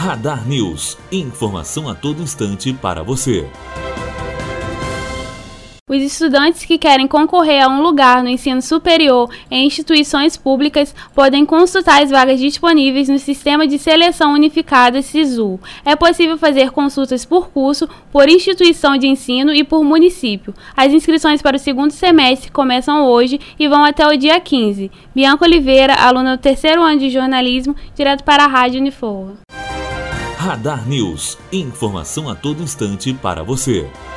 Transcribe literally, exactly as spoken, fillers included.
Radar News. Informação a todo instante para você. Os estudantes que querem concorrer a um lugar no ensino superior em instituições públicas podem consultar as vagas disponíveis no Sistema de Seleção Unificada SISU. É possível fazer consultas por curso, por instituição de ensino e por município. As inscrições para o segundo semestre começam hoje e vão até o dia quinze. Bianca Oliveira, aluna do terceiro ano de jornalismo, direto para a Rádio Unifor. Radar News. Informação a todo instante para você.